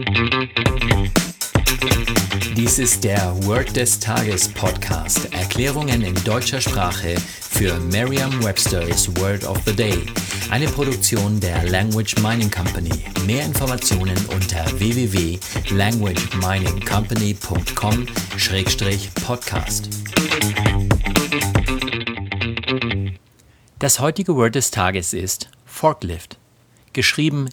Dies ist der Word des Tages Podcast. Erklärungen in deutscher Sprache für Merriam-Webster's Word of the Day. Eine Produktion der Language Mining Company. Mehr Informationen unter www.languageminingcompany.com/podcast. Das heutige Word des Tages ist Forklift. Geschrieben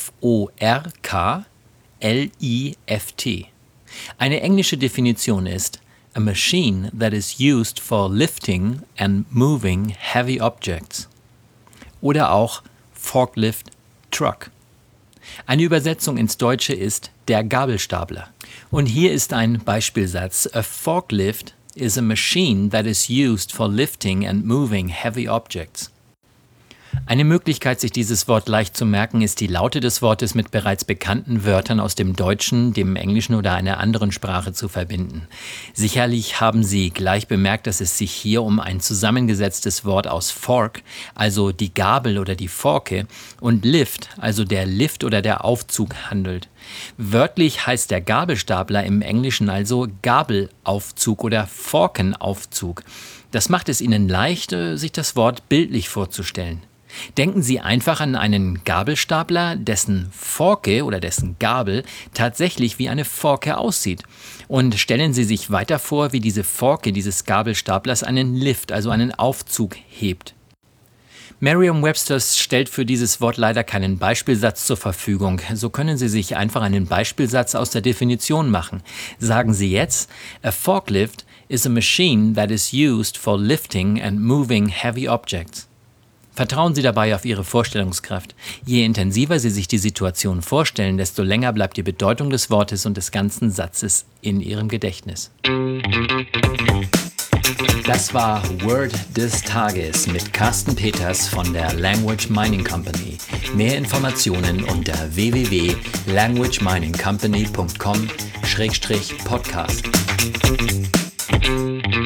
F-O-R-K-L-I-F-T. Eine englische Definition ist a machine that is used for lifting and moving heavy objects. Oder auch Forklift Truck. Eine Übersetzung ins Deutsche ist der Gabelstapler. Und hier ist ein Beispielsatz. A forklift is a machine that is used for lifting and moving heavy objects. Eine Möglichkeit, sich dieses Wort leicht zu merken, ist die Laute des Wortes mit bereits bekannten Wörtern aus dem Deutschen, dem Englischen oder einer anderen Sprache zu verbinden. Sicherlich haben Sie gleich bemerkt, dass es sich hier um ein zusammengesetztes Wort aus Fork, also die Gabel oder die Forke, und Lift, also der Lift oder der Aufzug handelt. Wörtlich heißt der Gabelstapler im Englischen also Gabelaufzug oder Forkenaufzug. Das macht es Ihnen leicht, sich das Wort bildlich vorzustellen. Denken Sie einfach an einen Gabelstapler, dessen Forke oder dessen Gabel tatsächlich wie eine Forke aussieht. Und stellen Sie sich weiter vor, wie diese Forke dieses Gabelstaplers einen Lift, also einen Aufzug, hebt. Merriam-Webster stellt für dieses Wort leider keinen Beispielsatz zur Verfügung. So können Sie sich einfach einen Beispielsatz aus der Definition machen. Sagen Sie jetzt, a forklift is a machine that is used for lifting and moving heavy objects. Vertrauen Sie dabei auf Ihre Vorstellungskraft. Je intensiver Sie sich die Situation vorstellen, desto länger bleibt die Bedeutung des Wortes und des ganzen Satzes in Ihrem Gedächtnis. Das war Word des Tages mit Carsten Peters von der Language Mining Company. Mehr Informationen unter www.languageminingcompany.com/podcast.